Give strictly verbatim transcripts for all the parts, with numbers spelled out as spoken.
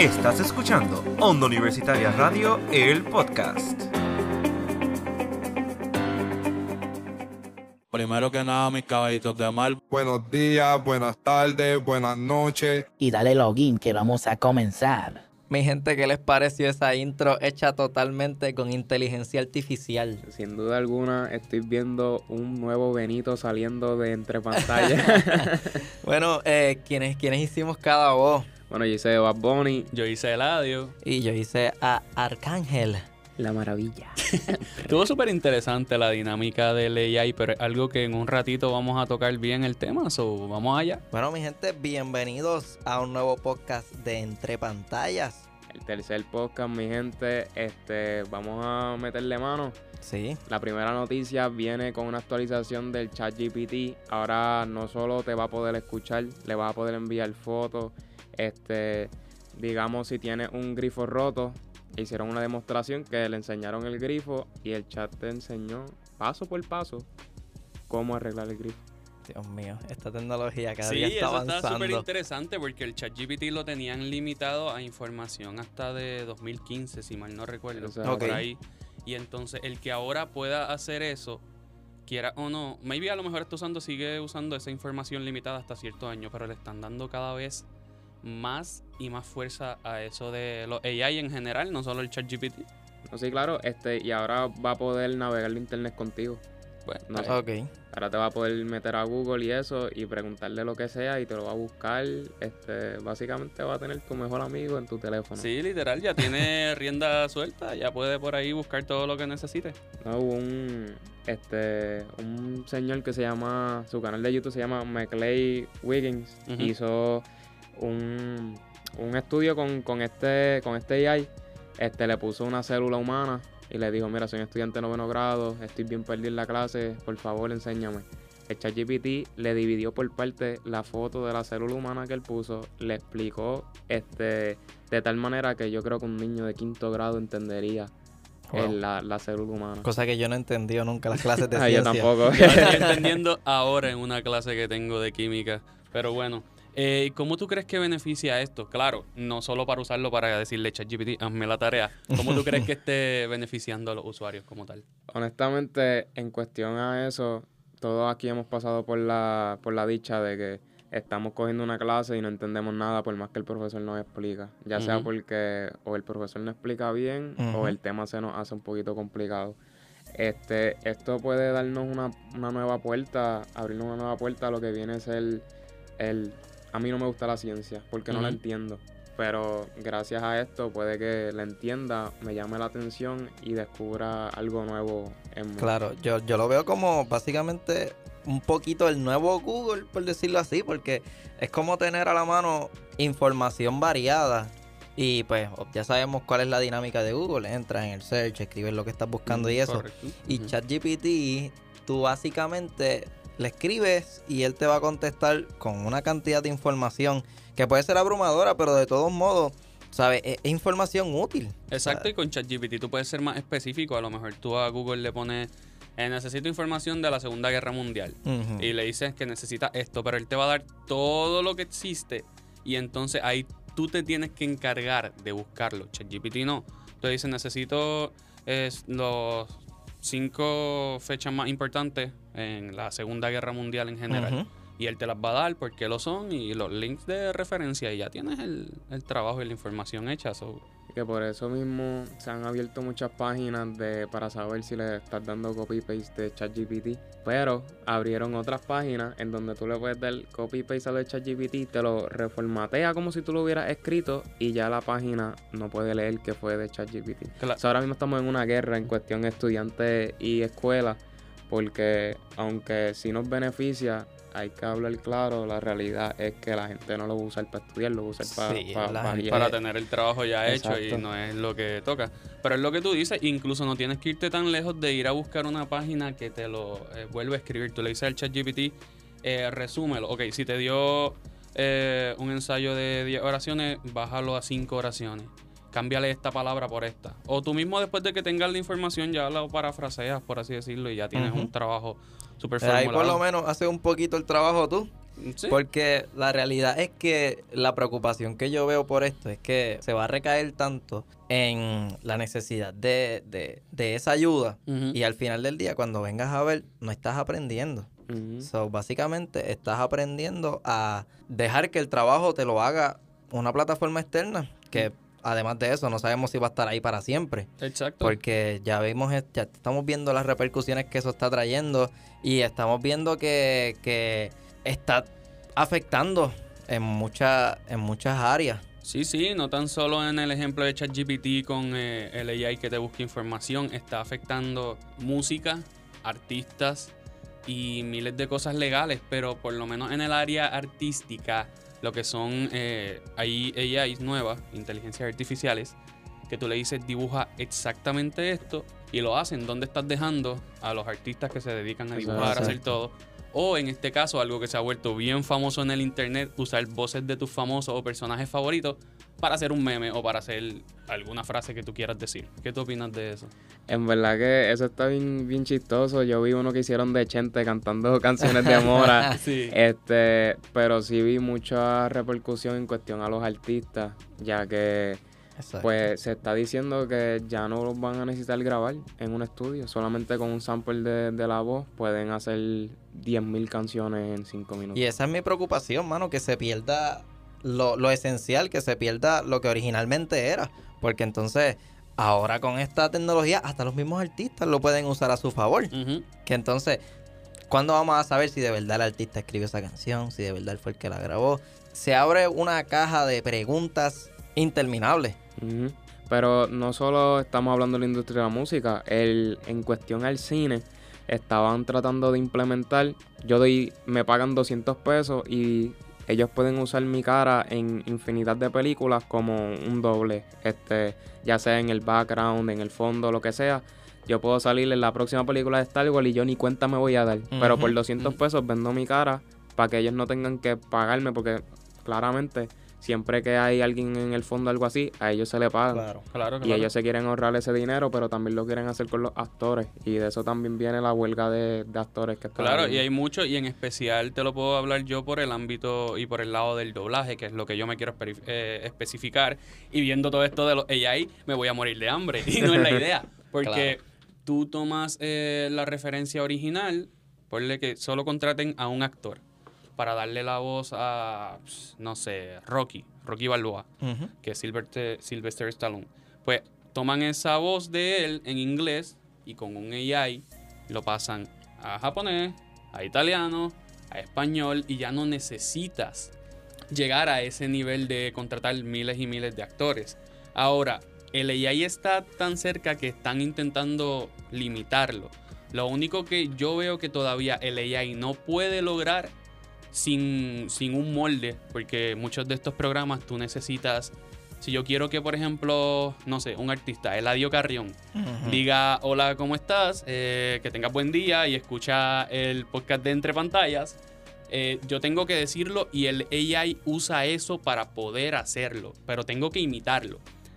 Estás escuchando Onda Universitaria Radio, el podcast. Primero que nada, mis caballitos de mar. Buenos días, buenas tardes, buenas noches. Y dale login que vamos a comenzar. Mi gente, ¿qué les pareció esa intro hecha totalmente con inteligencia artificial? Sin duda alguna, estoy viendo un nuevo Benito saliendo de entre pantallas. Bueno, eh, ¿quiénes, ¿quiénes hicimos cada voz? Bueno, yo hice Bad Bunny. Yo hice Eladio. Y yo hice a Arcángel. La maravilla. Estuvo súper interesante la dinámica del A I, pero es algo que en un ratito vamos a tocar bien el tema, so vamos allá. Bueno, mi gente, bienvenidos a un nuevo podcast de Entre Pantallas. El tercer podcast, mi gente, este, vamos a meterle mano. Sí. La primera noticia viene con una actualización del ChatGPT. Ahora no solo te va a poder escuchar, le vas a poder enviar fotos. Este, digamos, si tienes un grifo roto, hicieron una demostración que le enseñaron el grifo y el chat te enseñó paso por paso cómo arreglar el grifo. Dios mío, esta tecnología cada Sí, día está eso avanzando. está súper interesante porque el ChatGPT lo tenían limitado a información hasta de dos mil quince, si mal no recuerdo, O sea, por okay. ahí. Y entonces el que ahora pueda hacer eso, quiera o no, maybe a lo mejor está usando, sigue usando esa información limitada hasta cierto año, pero le están dando cada vez más y más fuerza a eso de los A I en general, no solo el ChatGPT. No, sí, claro, este, y ahora va a poder navegar el internet contigo. Bueno, No sé. Ok. Ahora te va a poder meter a Google y eso y preguntarle lo que sea y te lo va a buscar. Este, básicamente va a tener tu mejor amigo en tu teléfono. sí, literal, ya tiene rienda suelta, ya puede por ahí buscar todo lo que necesite. No, hubo un, este, un señor que se llama, su canal de YouTube se llama Maclay Wiggins. Ujú. Hizo un, un estudio con, con, este, con este A I. Este, le puso una célula humana y le dijo, mira, soy un estudiante de noveno grado, estoy bien perdido en la clase, por favor, enséñame. El ChatGPT le dividió por parte la foto de la célula humana que él puso, le explicó este, de tal manera que yo creo que un niño de quinto grado entendería Wow. el- la, la célula humana. Cosa que yo no he entendido nunca en las clases de Ah, yo ciencia. tampoco. Yo lo estoy entendiendo ahora en una clase que tengo de química. Pero bueno, eh, ¿cómo tú crees que beneficia esto? Claro, no solo para usarlo para decirle ChatGPT, hazme la tarea. ¿Cómo tú crees que esté beneficiando a los usuarios como tal? Honestamente, en cuestión a eso, todos aquí hemos pasado por la, por la dicha de que estamos cogiendo una clase y no entendemos nada por más que el profesor nos explica. Ya sea Ujú. porque o el profesor no explica bien Ujú. o el tema se nos hace un poquito complicado. Este, esto puede darnos una, una nueva puerta, abrirnos una nueva puerta a lo que viene a ser el... A mí no me gusta la ciencia porque no la Ujú. entiendo. Pero gracias a esto puede que la entienda, me llame la atención y descubra algo nuevo en mí. Claro, yo, yo lo veo como básicamente un poquito el nuevo Google, por decirlo así, porque es como tener a la mano información variada. Y pues ya sabemos cuál es la dinámica de Google. Entras en el search, escribes lo que estás buscando y eso. Correcto. Y Ujú. ChatGPT, tú básicamente le escribes y él te va a contestar con una cantidad de información que puede ser abrumadora, pero de todos modos, ¿sabes? Es, es información útil. Exacto, y con ChatGPT tú puedes ser más específico. A lo mejor tú a Google le pones, eh, necesito información de la Segunda Guerra Mundial. Ujú. Y le dices que necesita esto, pero él te va a dar todo lo que existe y entonces ahí tú te tienes que encargar de buscarlo. ChatGPT no. Tú dices, necesito eh, los cinco fechas más importantes en la Segunda Guerra Mundial en general. Ujú. Y él te las va a dar porque lo son y los links de referencia y ya tienes el, el trabajo y la información hecha. So, Que por eso mismo se han abierto muchas páginas de para saber si le estás dando copy-paste de ChatGPT. Pero abrieron otras páginas en donde tú le puedes dar copy-paste a lo de ChatGPT, te lo reformatea como si tú lo hubieras escrito y ya la página no puede leer que fue de ChatGPT. Claro. O sea, ahora mismo estamos en una guerra en cuestión estudiantes y escuelas, porque aunque sí nos beneficia, hay que hablar claro, la realidad es que la gente no lo va a usar para estudiar, lo va a usar para, Sí, para, la para gente- para tener el trabajo ya hecho y Exacto. no es lo que toca. Pero es lo que tú dices, incluso no tienes que irte tan lejos de ir a buscar una página que te lo eh, vuelve a escribir. Tú le dices al ChatGPT, eh, resúmelo. Ok, si te dio eh, un ensayo de diez oraciones, bájalo a cinco oraciones. Cámbiale esta palabra por esta. O tú mismo después de que tengas la información ya lo parafraseas, por así decirlo, y ya tienes Ujú. un trabajo súper Ahí por lo formulado. menos haces un poquito el trabajo tú Sí. Porque la realidad es que la preocupación que yo veo por esto es que se va a recaer tanto en la necesidad de, de, de esa ayuda Ujú. y al final del día cuando vengas a ver no estás aprendiendo. Ujú. So, básicamente estás aprendiendo a dejar que el trabajo te lo haga una plataforma externa que además de eso no sabemos si va a estar ahí para siempre. Exacto. Porque ya vimos, ya estamos viendo las repercusiones que eso está trayendo y estamos viendo que, que está afectando en, mucha, en muchas áreas. Sí, sí, no tan solo en el ejemplo de ChatGPT con eh, el A I que te busca información, está afectando música, artistas y miles de cosas legales, pero por lo menos en el área artística, lo que son, eh, hay A Is nuevas, inteligencias artificiales, que tú le dices dibuja exactamente esto y lo hacen. ¿Dónde estás dejando a los artistas que se dedican a Eso, dibujar, a hacer exacto. todo? O en este caso, algo que se ha vuelto bien famoso en el internet, usar voces de tus famosos o personajes favoritos para hacer un meme o para hacer alguna frase que tú quieras decir. ¿Qué tú opinas de eso? En verdad que eso está bien, bien chistoso. Yo vi uno que hicieron de Chente cantando canciones de Mora. Sí. Este, pero sí vi mucha repercusión en cuestión a los artistas, ya que Exacto. pues se está diciendo que ya no los van a necesitar grabar en un estudio. Solamente con un sample de, de la voz pueden hacer diez mil canciones en cinco minutos. Y esa es mi preocupación, mano, que se pierda lo, lo esencial, que se pierda lo que originalmente era. Porque entonces, ahora con esta tecnología, hasta los mismos artistas lo pueden usar a su favor. Ujú. Que entonces, ¿cuándo vamos a saber si de verdad el artista escribió esa canción? Si de verdad él fue el que la grabó. Se abre una caja de preguntas interminables. Ujú. Pero no solo estamos hablando de la industria de la música, el, en cuestión al cine, estaban tratando de implementar, yo doy, me pagan doscientos pesos y ellos pueden usar mi cara en infinidad de películas como un doble, este, ya sea en el background, en el fondo, lo que sea. Yo puedo salir en la próxima película de Star Wars y yo ni cuenta me voy a dar. Pero por Ujú, doscientos ujú. pesos vendo mi cara para que ellos no tengan que pagarme porque claramente siempre que hay alguien en el fondo algo así, a ellos se le pagan. Claro. Claro, Y claro. ellos se quieren ahorrar ese dinero, pero también lo quieren hacer con los actores. Y de eso también viene la huelga de, de actores que están Claro, y habiendo. hay mucho, y en especial te lo puedo hablar yo por el ámbito y por el lado del doblaje, que es lo que yo me quiero espe- eh, especificar. Y viendo todo esto de los A I, me voy a morir de hambre. Y no es la idea. Porque tú tomas eh, la referencia original, ponle que solo contraten a un actor para darle la voz a, pues, no sé, Rocky, Rocky Balboa, Ujú. que es Sylvester, Sylvester Stallone. Pues toman esa voz de él en inglés y con un A I lo pasan a japonés, a italiano, a español y ya no necesitas llegar a ese nivel de contratar miles y miles de actores. Ahora, el A I está tan cerca que están intentando limitarlo. Lo único que yo veo que todavía el A I no puede lograr sin, sin un molde, porque muchos de estos programas tú necesitas, si yo quiero que por ejemplo, no sé, un artista, Eladio Carrión, Ujú. diga hola, ¿cómo estás? Eh, que tengas buen día y escucha el podcast de Entre Pantallas, eh, yo tengo que decirlo y el A I usa eso para poder hacerlo, pero tengo que imitarlo.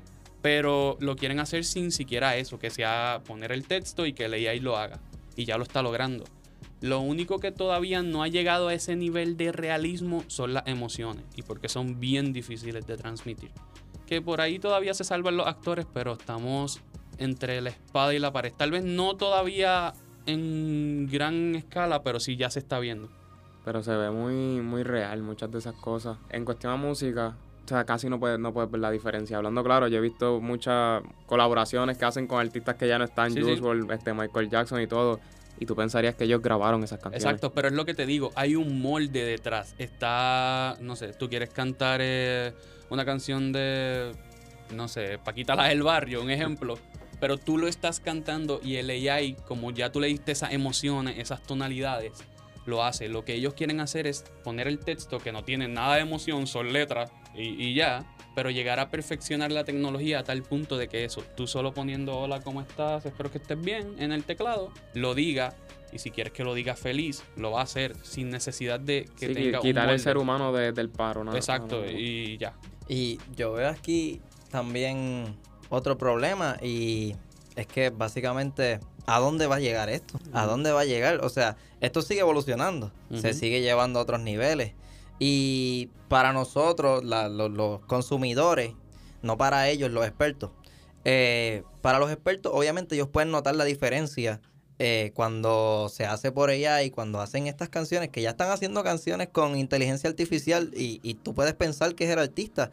Pero lo quieren hacer sin siquiera eso, que sea poner el texto y que el A I lo haga. Y ya lo está logrando. Lo único que todavía no ha llegado a ese nivel de realismo son las emociones. Y porque son bien difíciles de transmitir. Que por ahí todavía se salvan los actores, pero estamos entre la espada y la pared. Tal vez no todavía en gran escala, pero sí ya se está viendo. Pero se ve muy, muy real muchas de esas cosas. En cuestión a música, o sea, casi no puedes, no puedes ver la diferencia. Hablando claro, yo he visto muchas colaboraciones que hacen con artistas que ya no están, Sí, Juice sí. world, este, Michael Jackson y todo. Y tú pensarías que ellos grabaron esas canciones. Exacto, pero es lo que te digo, hay un molde detrás. Está, no sé, tú quieres cantar eh, una canción de, no sé, Paquita la del Barrio, un ejemplo, pero tú lo estás cantando y el A I, como ya tú le diste esas emociones, esas tonalidades, lo hace. Lo que ellos quieren hacer es poner el texto que no tiene nada de emoción, son letras y, y ya, pero llegar a perfeccionar la tecnología a tal punto de que eso, tú solo poniendo hola, ¿cómo estás? Espero que estés bien en el teclado, lo diga. Y si quieres que lo diga feliz, lo va a hacer sin necesidad de que Sí, tenga un quitar el molde. ser humano de- del paro, ¿no? Exacto, No, no, no. y ya. Y yo veo aquí también otro problema y es que básicamente ¿a dónde va a llegar esto? ¿A dónde va a llegar? O sea, esto sigue evolucionando, Ujú. se sigue llevando a otros niveles. Y para nosotros, la- los, los consumidores, no para ellos, los expertos, eh, para los expertos, obviamente ellos pueden notar la diferencia eh, cuando se hace por ella y cuando hacen estas canciones, que ya están haciendo canciones con inteligencia artificial y, y tú puedes pensar que es el artista.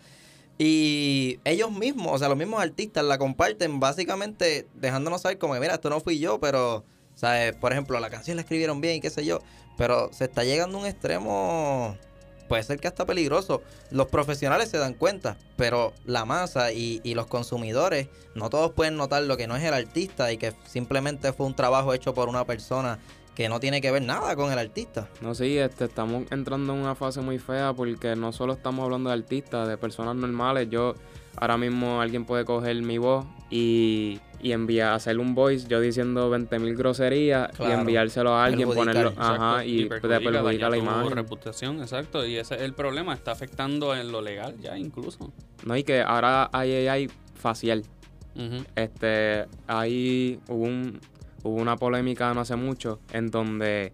Y ellos mismos, o sea, los mismos artistas la comparten básicamente dejándonos saber como que, mira, esto no fui yo, pero, ¿sabes? Por ejemplo, la canción la escribieron bien y qué sé yo, pero se está llegando a un extremo, puede ser que hasta peligroso. Los profesionales se dan cuenta, pero la masa y, y los consumidores, no todos pueden notar lo que no es el artista y que simplemente fue un trabajo hecho por una persona que no tiene que ver nada con el artista. No, sí, este, estamos entrando en una fase muy fea porque no solo estamos hablando de artistas, de personas normales. Yo, ahora mismo alguien puede coger mi voz y, y enviar, hacer un voice yo diciendo veinte mil groserías Claro. y enviárselo a alguien, Perjudicar. ponerlo, Exacto, ajá, y, perjudica, te perjudica daña la tu imagen. reputación, exacto, y ese es el problema, está afectando en lo legal ya incluso. No, y que ahora hay A I facial. Ujú. Este, ahí hubo un, hubo una polémica no hace mucho en donde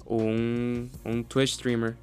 un, un Twitch streamer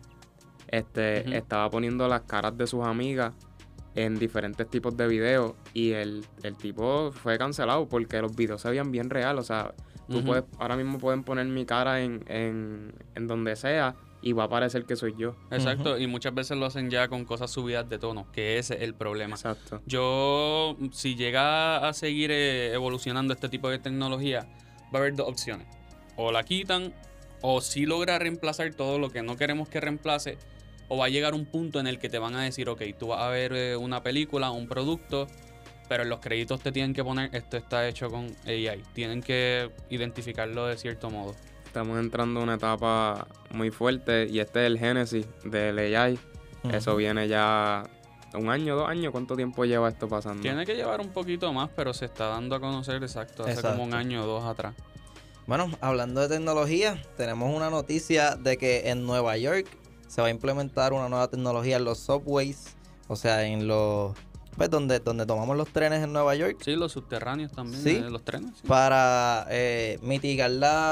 este, Ujú. estaba poniendo las caras de sus amigas en diferentes tipos de videos y el, el tipo fue cancelado porque los videos se veían bien real. O sea, tú Ujú. puedes, ahora mismo pueden poner mi cara en, en, en donde sea y va a parecer que soy yo. Exacto, y muchas veces lo hacen ya con cosas subidas de tono, que ese es el problema. Exacto. Yo, si llega a seguir eh, evolucionando este tipo de tecnología, va a haber dos opciones. O la quitan, o si logra reemplazar todo lo que no queremos que reemplace, o va a llegar un punto en el que te van a decir, ok, tú vas a ver eh, una película, un producto, pero en los créditos te tienen que poner, esto está hecho con A I. Tienen que identificarlo de cierto modo. Estamos entrando en una etapa muy fuerte y este es el génesis del A I. Ujú. Eso viene ya un año, dos años. ¿Cuánto tiempo lleva esto pasando? Tiene que llevar un poquito más, pero se está dando a conocer exacto, hace Exacto. como un año o dos atrás. Bueno, hablando de tecnología, tenemos una noticia de que en Nueva York se va a implementar una nueva tecnología en los subways, o sea, en los, pues, donde, donde tomamos los trenes en Nueva York, Sí, los subterráneos también, Sí. eh, los trenes. sí. para eh, mitigar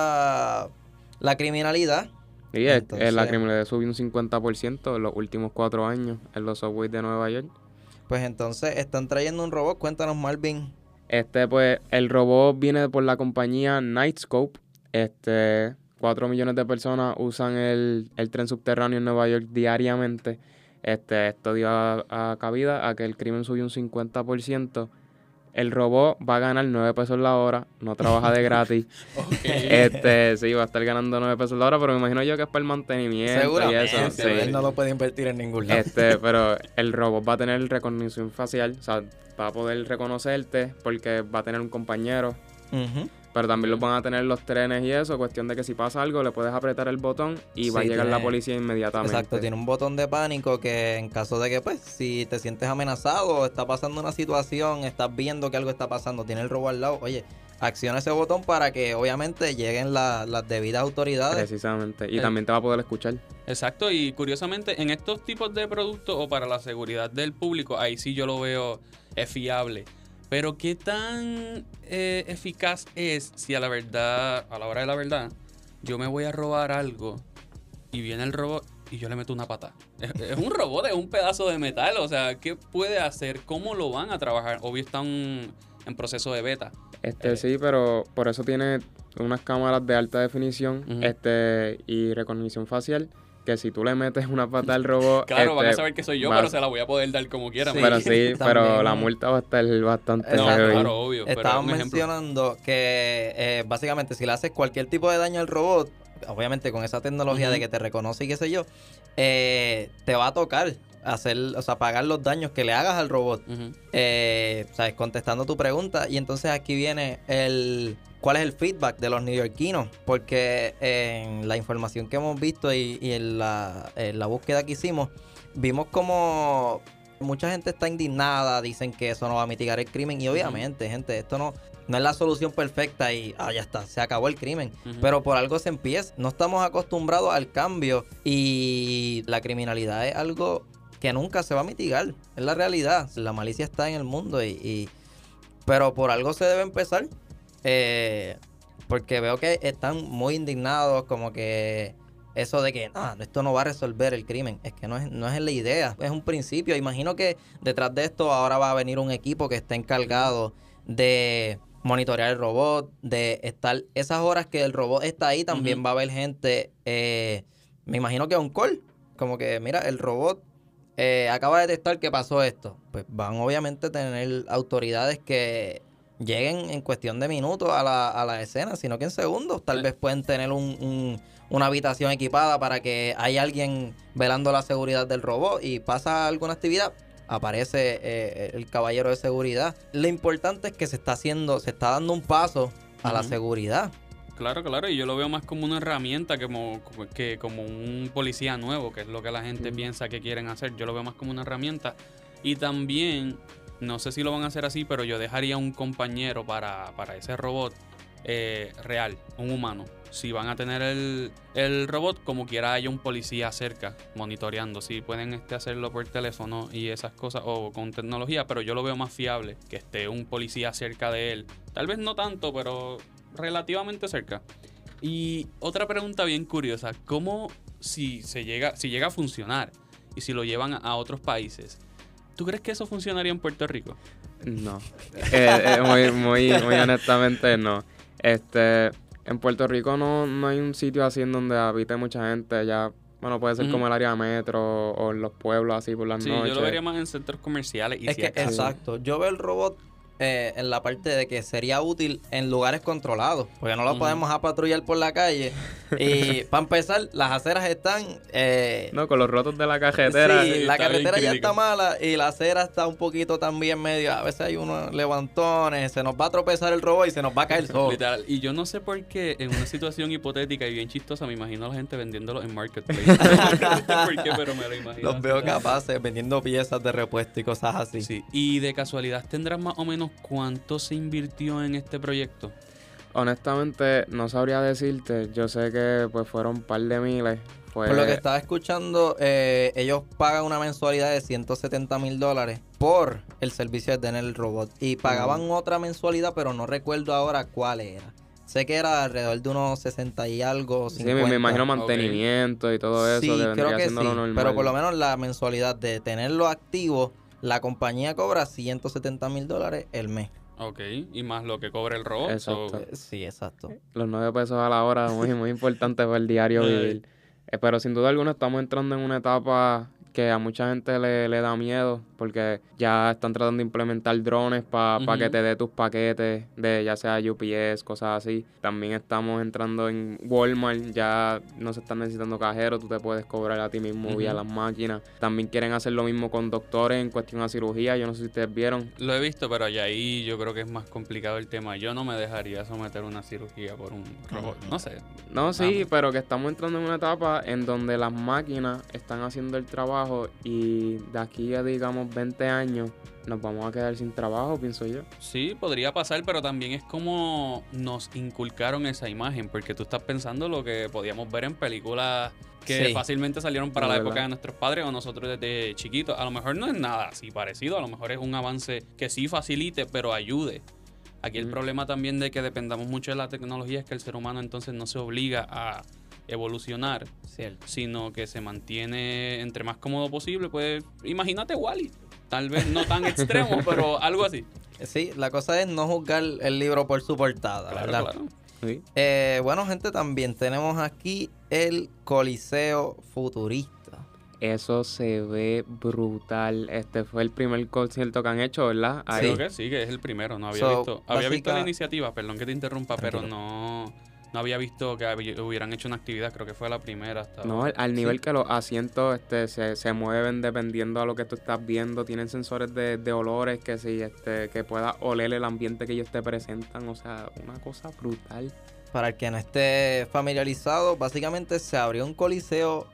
la, la criminalidad. Y es- Entonces- eh, la criminalidad subió un cincuenta por ciento en los últimos cuatro años en los subways de Nueva York. Pues entonces están trayendo un robot. Cuéntanos, Marvin. Este, pues, el robot viene por la compañía Nightscope. Este, cuatro millones de personas usan el, el tren subterráneo en Nueva York diariamente. Este, esto dio a, a cabida a que el crimen subió un cincuenta por ciento. El robot va a ganar nueve pesos la hora, no trabaja de gratis. Ok. Este, sí, va a estar ganando nueve pesos la hora, pero me imagino yo que es para el mantenimiento y Seguramente, eso. sí. él no lo puede invertir en ningún lado. Este, pero el robot va a tener recognición facial, o sea, va a poder reconocerte porque va a tener un compañero, Ujú. pero también los van a tener los trenes y eso, cuestión de que si pasa algo le puedes apretar el botón y va a Sí, llegar la tiene- policía inmediatamente. Exacto, tiene un botón de pánico que en caso de que, pues, si te sientes amenazado o está pasando una situación, estás viendo que algo está pasando, tiene el robot al lado, oye, acciona ese botón para que obviamente lleguen la- las debidas autoridades. Precisamente, y Eh. también te va a poder escuchar. Exacto, y curiosamente en estos tipos de productos o para la seguridad del público, ahí sí yo lo veo es fiable. Pero qué tan eh, eficaz es si a la verdad, a la hora de la verdad, yo me voy a robar algo y viene el robot y yo le meto una pata. Es, es un robot, es un pedazo de metal, o sea, ¿qué puede hacer? ¿Cómo lo van a trabajar? Obvio están en proceso de beta. Este Eh. sí, pero por eso tiene unas cámaras de alta definición, Ujú. este, y recognición facial, que si tú le metes una pata al robot, Claro, van a este, saber que soy yo, vas- pero se la voy a poder dar como quiera. Sí. Pero sí, pero también- la multa va a estar bastante No, Exacto. heavy. claro, obvio. pero Estaban es un ejemplo. mencionando que eh, básicamente si le haces cualquier tipo de daño al robot, obviamente con esa tecnología Ujú. de que te reconoce y qué sé yo, eh, te va a tocar hacer, o sea, pagar los daños que le hagas al robot. Ujú. Eh, ¿sabes? Contestando tu pregunta. Y entonces aquí viene el cuál es el feedback de los neoyorquinos. Porque en la información que hemos visto y, y en, la, en la búsqueda que hicimos, vimos como mucha gente está indignada, dicen que eso no va a mitigar el crimen. Y obviamente, gente, esto no, no es la solución perfecta y ah, ya está, se acabó el crimen. Ujú. Pero por algo se empieza. No estamos acostumbrados al cambio y la criminalidad es algo que nunca se va a mitigar. Es la realidad. La malicia está en el mundo y, y- pero por algo se debe empezar. Eh, porque veo que están muy indignados, como que eso de que ah, esto no va a resolver el crimen. Es que no es, no es la idea, es un principio. Imagino que detrás de esto ahora va a venir un equipo que esté encargado de monitorear el robot, de estar esas horas que el robot está ahí, también uh-huh. va a haber gente, eh, me imagino que un call, como que mira, el robot eh, acaba de detectar que pasó esto. Pues van obviamente a tener autoridades que lleguen en cuestión de minutos a la, a la escena, sino que en segundos. Tal sí. vez pueden tener un, un, una habitación equipada para que haya alguien velando la seguridad del robot y pasa alguna actividad, aparece eh, el caballero de seguridad. Lo importante es que se está haciendo, se está dando un paso a uh-huh. la seguridad. Claro, claro, y yo lo veo más como una herramienta que como, que como un policía nuevo, que es lo que la gente uh-huh. piensa que quieren hacer. Yo lo veo más como una herramienta. Y también, no sé si lo van a hacer así, pero yo dejaría un compañero para, para ese robot eh, real, un humano. Si van a tener el, el robot, como quiera haya un policía cerca monitoreando. Si pueden este, hacerlo por teléfono y esas cosas o con tecnología, pero yo lo veo más fiable que esté un policía cerca de él. Tal vez no tanto, pero relativamente cerca. Y otra pregunta bien curiosa, ¿cómo si se llega, si llega a funcionar y si lo llevan a, a otros países, ¿tú crees que eso funcionaría en Puerto Rico? No, eh, eh, muy, muy, muy honestamente no. Este, en Puerto Rico no, no hay un sitio así en donde habite mucha gente. Ya, bueno, puede ser uh-huh. como el área metro o en los pueblos así por las sí, noches. Sí, yo lo vería más en centros comerciales. Y es si que, acaso. exacto, yo veo el robot Eh, en la parte de que sería útil en lugares controlados, porque no lo uh-huh. podemos a patrullar por la calle. Y para empezar, las aceras están eh, no, con los rotos de la carretera. Sí, sí la carretera ya crítico. está mala y la acera está un poquito también medio. A veces hay unos levantones, se nos va a tropezar el robot y se nos va a caer solo. Literal. Y yo no sé por qué, en una situación hipotética y bien chistosa, me imagino a la gente vendiéndolo en Marketplace. No sé por qué, pero me lo imagino. Los veo capaces vendiendo piezas de repuesto y cosas así. Sí. Y de casualidad, ¿tendrás más o menos cuánto se invirtió en este proyecto? Honestamente, no sabría decirte. Yo sé que pues fueron un par de miles. Fue... Por lo que estaba escuchando, eh, ellos pagan una mensualidad de ciento setenta mil dólares por el servicio de tener el robot. Y pagaban mm. otra mensualidad, pero no recuerdo ahora cuál era. Sé que era alrededor de unos sesenta y algo, cincuenta. Sí, me imagino mantenimiento okay. y todo eso. Sí, que creo que sí, lo normal. pero por lo menos la mensualidad de tenerlo activo, la compañía cobra ciento setenta mil dólares el mes. Ok, y más lo que cobra el robot. Exacto. So... Sí, exacto. Los nueve pesos a la hora, muy, muy importante para el diario vivir. Eh, pero sin duda alguna estamos entrando en una etapa que a mucha gente le, le da miedo, porque ya están tratando de implementar drones para pa uh-huh. que te dé tus paquetes, de ya sea U P S, cosas así. También estamos entrando en Walmart, ya no se están necesitando cajeros, tú te puedes cobrar a ti mismo uh-huh. vía las máquinas. También quieren hacer lo mismo con doctores en cuestión de cirugía, yo no sé si ustedes vieron. Lo he visto, pero ya ahí yo creo que es más complicado el tema. Yo no me dejaría someter una cirugía por un robot, no sé. No, sí, Vamos. pero que estamos entrando en una etapa en donde las máquinas están haciendo el trabajo y de aquí a, digamos, veinte años nos vamos a quedar sin trabajo, pienso yo. Sí, podría pasar, pero también es como nos inculcaron esa imagen, porque tú estás pensando lo que podíamos ver en películas que sí. fácilmente salieron para no, la ¿verdad? época de nuestros padres o nosotros desde chiquitos. A lo mejor no es nada así parecido, a lo mejor es un avance que sí facilite, pero ayude. Aquí el mm. problema también de que dependamos mucho de la tecnología es que el ser humano entonces no se obliga a evolucionar, Cierto. sino que se mantiene entre más cómodo posible. Pues imagínate Wall-E, tal vez no tan extremo, pero algo así. Sí, la cosa es no juzgar el libro por su portada, claro, ¿verdad? Claro. Sí. Eh, bueno, gente, también tenemos aquí el Coliseo Futurista. Eso se ve brutal. Este fue el primer concierto que han hecho, ¿verdad? Ahí. Creo que sí, que es el primero. No había So, visto. Había básica... visto la iniciativa, perdón que te interrumpa, Tranquilo. pero no, no había visto que hubieran hecho una actividad. Creo que fue la primera. Hasta no, al, al nivel sí. que los asientos este, se, se mueven dependiendo a lo que tú estás viendo. Tienen sensores de, de olores que si este, que pueda oler el ambiente que ellos te presentan. O sea, una cosa brutal. Para el que no esté familiarizado, básicamente se abrió un coliseo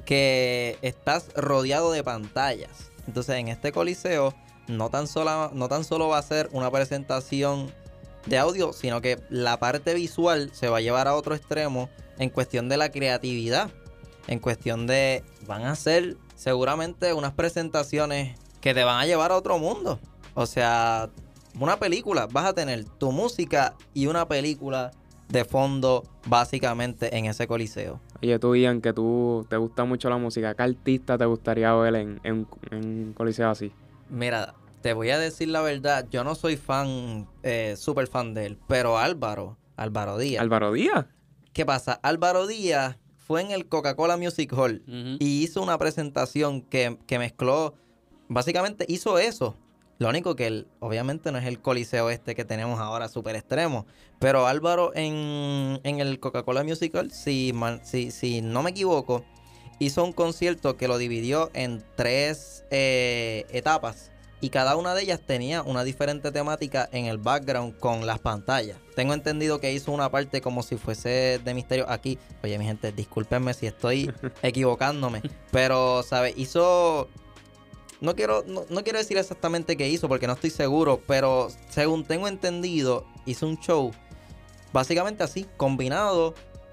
que estás rodeado de pantallas. Entonces, en este coliseo no tan solo, no tan solo va a ser una presentación de audio, sino que la parte visual se va a llevar a otro extremo en cuestión de la creatividad. En cuestión de... van a ser seguramente unas presentaciones que te van a llevar a otro mundo. O sea, una película. Vas a tener tu música y una película de fondo básicamente en ese coliseo. Oye, tú, Ian, que tú te gusta mucho la música, ¿qué artista te gustaría ver en, en, en un coliseo así? Mira, te voy a decir la verdad, yo no soy fan, eh, súper fan de él, pero Álvaro, Álvaro Díaz. ¿Álvaro Díaz? ¿Qué pasa? Álvaro Díaz fue en el Coca-Cola Music Hall Ujú. y hizo una presentación que, que mezcló, básicamente hizo eso. Lo único que él, obviamente no es el coliseo este que tenemos ahora súper extremo, pero Álvaro en, en el Coca-Cola Music Hall, si, mal- si, si no me equivoco, hizo un concierto que lo dividió en tres eh, etapas y cada una de ellas tenía una diferente temática en el background con las pantallas. Tengo entendido que hizo una parte como si fuese de misterio aquí. Oye, mi gente, discúlpenme si estoy equivocándome, pero, ¿sabes? Hizo... No quiero, no, no quiero decir exactamente qué hizo porque no estoy seguro, pero según tengo entendido, hizo un show básicamente así, combinado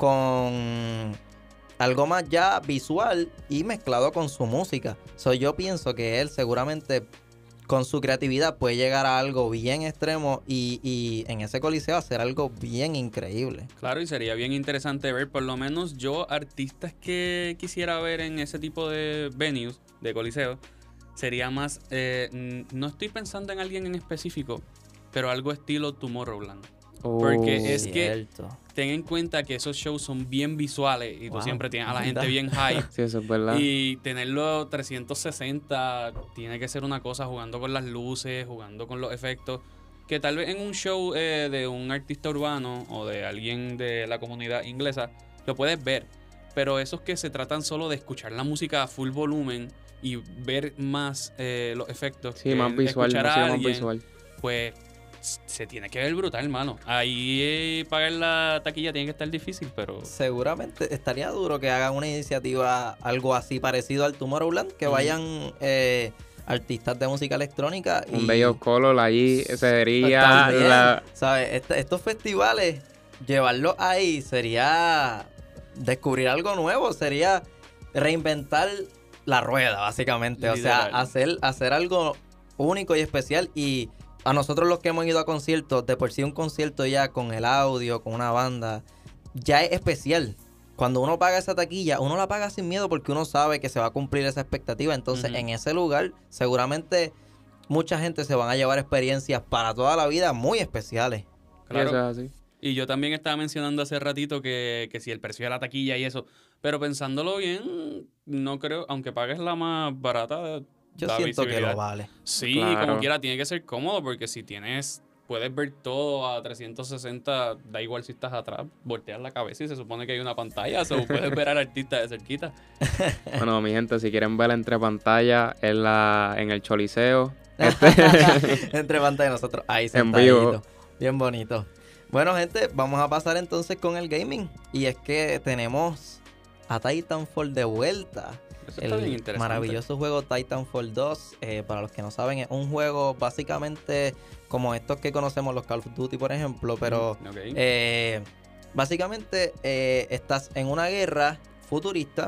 con algo más ya visual y mezclado con su música. So, yo pienso que él seguramente con su creatividad puede llegar a algo bien extremo y, y en ese coliseo hacer algo bien increíble. Claro, y sería bien interesante ver, por lo menos yo, artistas que quisiera ver en ese tipo de venues, de coliseo, sería más, eh, n- no estoy pensando en alguien en específico, pero algo estilo Tomorrowland. Porque es que Cierto. ten en cuenta que esos shows son bien visuales y tú Wow, siempre tienes a la ¿verdad? gente bien high. Sí, eso es verdad. Y tenerlo trescientos sesenta tiene que ser una cosa jugando con las luces, jugando con los efectos. Que tal vez en un show eh, de un artista urbano o de alguien de la comunidad inglesa lo puedes ver. Pero esos que se tratan solo de escuchar la música a full volumen y ver más eh, los efectos. Sí, que más visual, escuchar a música más alguien, visual. pues s- se tiene que ver brutal, hermano. Ahí eh, pagar la taquilla tiene que estar difícil, pero... Seguramente estaría duro que hagan una iniciativa algo así parecido al Tomorrowland, que vayan eh, artistas de música electrónica y Un bello color allí sería también, la... ¿sabes? Este- estos festivales, llevarlos ahí sería descubrir algo nuevo, sería reinventar la rueda, básicamente. O sea, Literal. hacer, hacer algo único y especial. Y a nosotros los que hemos ido a conciertos, de por sí un concierto ya con el audio, con una banda, ya es especial. Cuando uno paga esa taquilla, uno la paga sin miedo porque uno sabe que se va a cumplir esa expectativa. Entonces, Ujú. en ese lugar, seguramente mucha gente se van a llevar experiencias para toda la vida muy especiales. Claro. Eso es así. Y yo también estaba mencionando hace ratito que, que si el precio de la taquilla y eso. Pero pensándolo bien, no creo, aunque pagues la más barata, Yo da siento que visibilidad. lo vale. Sí, Claro. como quiera, tiene que ser cómodo porque si tienes, puedes ver todo a trescientos sesenta, da igual si estás atrás, volteas la cabeza y se supone que hay una pantalla, o puedes ver al artista de cerquita. Bueno, mi gente, si quieren ver entre pantalla en, la, en el Choliseo, este, Entre pantalla nosotros ahí En vivo. sentaditos. Bien bonito. Bueno, gente, vamos a pasar entonces con el gaming. Y es que tenemos a Titanfall de vuelta. Eso está bien El interesante. maravilloso juego Titanfall dos. Eh, para los que no saben, es un juego básicamente como estos que conocemos, los Call of Duty, por ejemplo. Pero Mm, ok. eh, básicamente eh, estás en una guerra futurista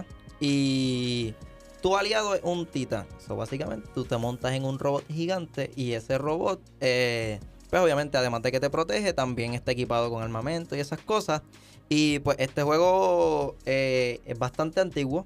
y tu aliado es un titán. So, básicamente tú te montas en un robot gigante y ese robot, eh, pues obviamente además de que te protege, también está equipado con armamento y esas cosas. Y pues este juego eh, es bastante antiguo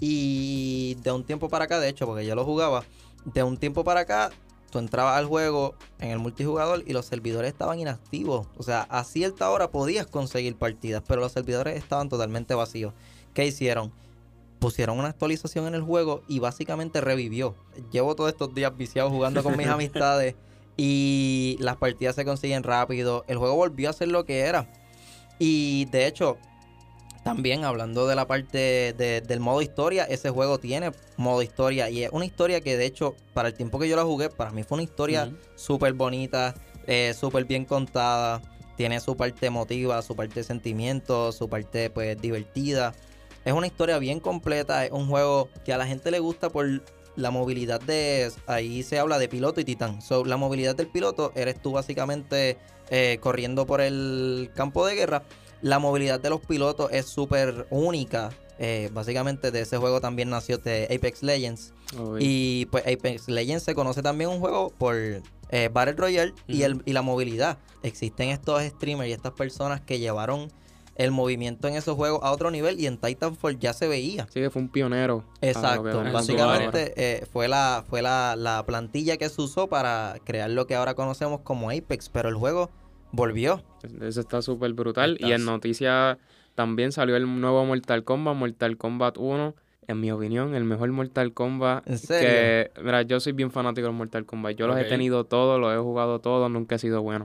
y de un tiempo para acá, de hecho, porque yo lo jugaba, de un tiempo para acá tú entrabas al juego en el multijugador y los servidores estaban inactivos. O sea, a cierta hora podías conseguir partidas, pero los servidores estaban totalmente vacíos. ¿Qué hicieron? Pusieron una actualización en el juego y básicamente revivió. Llevo todos estos días viciado jugando con mis amistades y las partidas se consiguen rápido. El juego volvió a ser lo que era. Y de hecho, también hablando de la parte de- del modo historia, ese juego tiene modo historia y es una historia que de hecho para el tiempo que yo la jugué, para mí fue una historia Ujú. súper bonita, eh, súper bien contada, tiene su parte emotiva, su parte de sentimiento, su parte pues divertida. Es una historia bien completa, es un juego que a la gente le gusta por la movilidad de... Ahí se habla de piloto y titán. So, la movilidad del piloto eres tú básicamente eh, corriendo por el campo de guerra. La movilidad de los pilotos es súper única. Eh, básicamente de ese juego también nació de Apex Legends. Uy, Y pues Apex Legends se conoce también un juego por eh, Battle Royale y, Ujú. el, y la movilidad. Existen estos streamers y estas personas que llevaron el movimiento en esos juegos a otro nivel y en Titanfall ya se veía. Sí, que fue un pionero. a lo Exacto. que vemos Básicamente eh, fue la fue la, la plantilla que se usó para crear lo que ahora conocemos como Apex, pero el juego volvió. ahora. Eso está súper brutal. Y Estás. en noticias también salió el nuevo Mortal Kombat, Mortal Kombat uno. En mi opinión, el mejor Mortal Kombat. ¿En serio? Que, mira, yo soy bien fanático del Mortal Kombat. Yo los Ok. he tenido todos, los he jugado todos, nunca he sido bueno.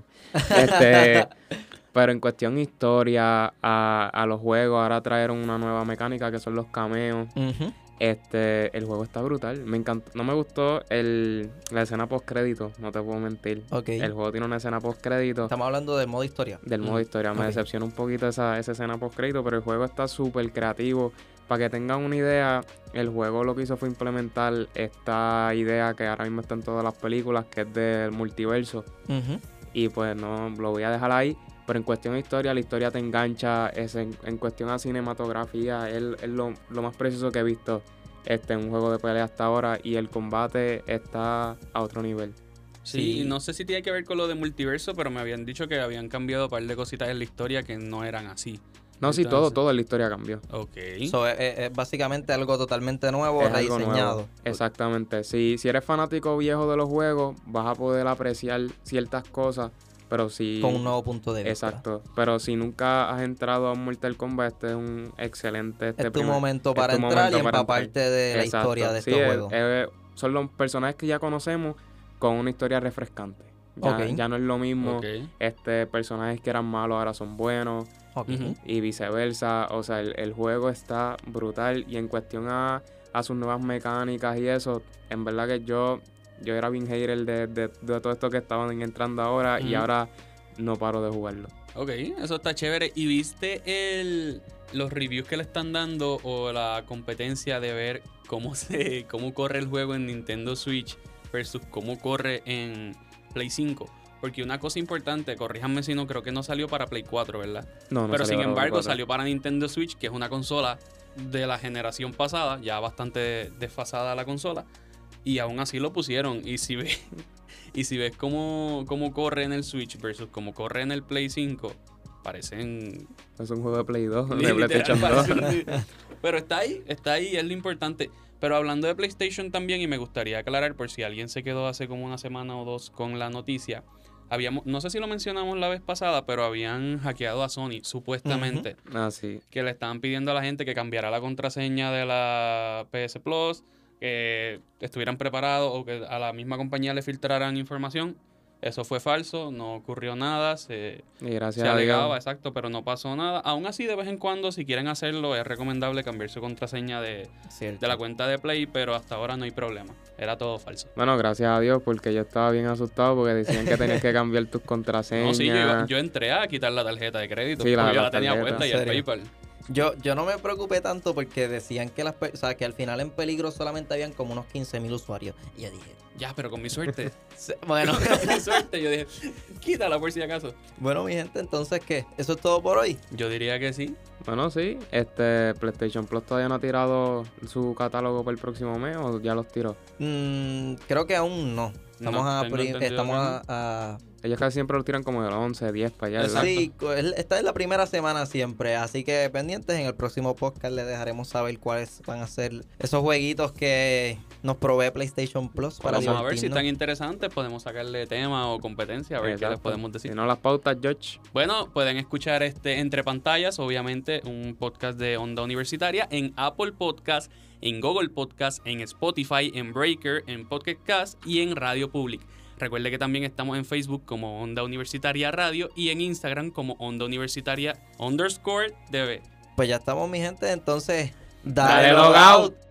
Este, pero en cuestión historia, a, a los juegos, ahora trajeron una nueva mecánica que son los cameos. Ujú. Este, el juego está brutal. Me encantó. No me gustó el, la escena post crédito, no te puedo mentir. Ok. El juego tiene una escena post crédito. Estamos hablando del modo historia. Del modo Mm, historia. Me ok. decepciona un poquito esa, esa escena post crédito, pero el juego está súper creativo. Para que tengan una idea, el juego lo que hizo fue implementar esta idea que ahora mismo está en todas las películas, que es del multiverso. Ujú. Y pues no lo voy a dejar ahí. Pero en cuestión de historia, la historia te engancha. Es en, en cuestión a cinematografía, es, es lo, lo más preciso que he visto este, en un juego de pelea hasta ahora. Y el combate está a otro nivel. Sí, Sí. no sé si tiene que ver con lo de multiverso, pero me habían dicho que habían cambiado un par de cositas en la historia que no eran así. No, sí, todo, Entonces- todo en la historia cambió. Ok. So, es, es- es básicamente algo totalmente nuevo, Es algo rediseñado. nuevo. Exactamente. Si, si eres fanático viejo de los juegos, vas a poder apreciar ciertas cosas, pero si... Con un nuevo punto de vista. Exacto. Pero si nunca has entrado a un Mortal Kombat, este es un excelente... Este Es tu primer- momento es para tu entrar momento y para empaparte entrar. de la Exacto. historia de Sí, estos es- juegos. es- son los personajes que ya conocemos con una historia refrescante. Ya, Ok. ya no es lo mismo. Ok. Este, personajes que eran malos ahora son buenos Ok. Ujú. y viceversa. O sea, el, el juego está brutal y en cuestión a, a sus nuevas mecánicas y eso, en verdad que yo, yo era bien hater de, de, de todo esto que estaban entrando ahora y Ujú. ahora no paro de jugarlo. Ok, eso está chévere. ¿Y viste el, los reviews que le están dando o la competencia de ver cómo se cómo corre el juego en Nintendo Switch versus cómo corre en Play cinco? Porque una cosa importante, corríjanme si no, creo que no salió para Play cuatro, ¿verdad? No, no Pero salió sin para embargo cuatro. salió para Nintendo Switch, que es una consola de la generación pasada, ya bastante desfasada la consola, y aún así lo pusieron. Y si ves, y si ves cómo, cómo corre en el Switch versus cómo corre en el Play cinco, parecen... Es un juego de Play dos, de literal, PlayStation dos. parecen- Pero está ahí, está ahí, es lo importante. Pero hablando de PlayStation también, y me gustaría aclarar por si alguien se quedó hace como una semana o dos con la noticia, habíamos, no sé si lo mencionamos la vez pasada, pero habían hackeado a Sony, supuestamente, Ah, sí. que le estaban pidiendo a la gente que cambiara la contraseña de la P S Plus, que estuvieran preparados o que a la misma compañía le filtraran información. Eso fue falso, no ocurrió nada, se, Y gracias se a alegaba, Dios. exacto, pero no pasó nada. Aún así, de vez en cuando, si quieren hacerlo, es recomendable cambiar su contraseña de, Cierto. de la cuenta de Play, pero hasta ahora no hay problema. Era todo falso. Bueno, gracias a Dios, porque yo estaba bien asustado porque decían que tenías que cambiar tus contraseñas. No, sí, yo, iba- yo entré a quitar la tarjeta de crédito, Sí, la- porque yo la la tenía tarjeta. puesta y ¿En el serio? PayPal. Yo, yo no me preocupé tanto porque decían que las per- o sea, que al final en peligro solamente habían como unos quince mil usuarios. Y yo dije, Ya, pero con mi suerte. "Se- bueno, con mi suerte, yo dije, quítala por si acaso. bueno mi gente, entonces ¿qué? ¿Eso es todo por hoy? Yo diría que sí. Bueno, sí. Este, PlayStation Plus todavía no ha tirado su catálogo para el próximo mes o ya los tiró. Mm, creo que aún no. Estamos, No, a, tengo pri- entendido estamos que a, a- Ellos casi siempre los tiran como de los once, diez para allá, ¿verdad? Exacto. Sí, co- es- esta es la primera semana siempre, así que pendientes, en el próximo podcast les dejaremos saber cuáles van a ser esos jueguitos que nos provee PlayStation Plus para Vamos a ver si divertirnos. están interesantes, podemos sacarle tema o competencia, a ver qué les Exacto. podemos decir. Si no las pautas, George. Bueno, pueden escuchar este Entre Pantallas, obviamente un podcast de Onda Universitaria en Apple Podcast, en Google Podcast, en Spotify, en Breaker, en Podcast Cast y en Radio Public. Recuerde que también estamos en Facebook como Onda Universitaria Radio y en Instagram como Onda Universitaria underscore D B. Pues ya estamos mi gente, entonces Dale dale log log out. out.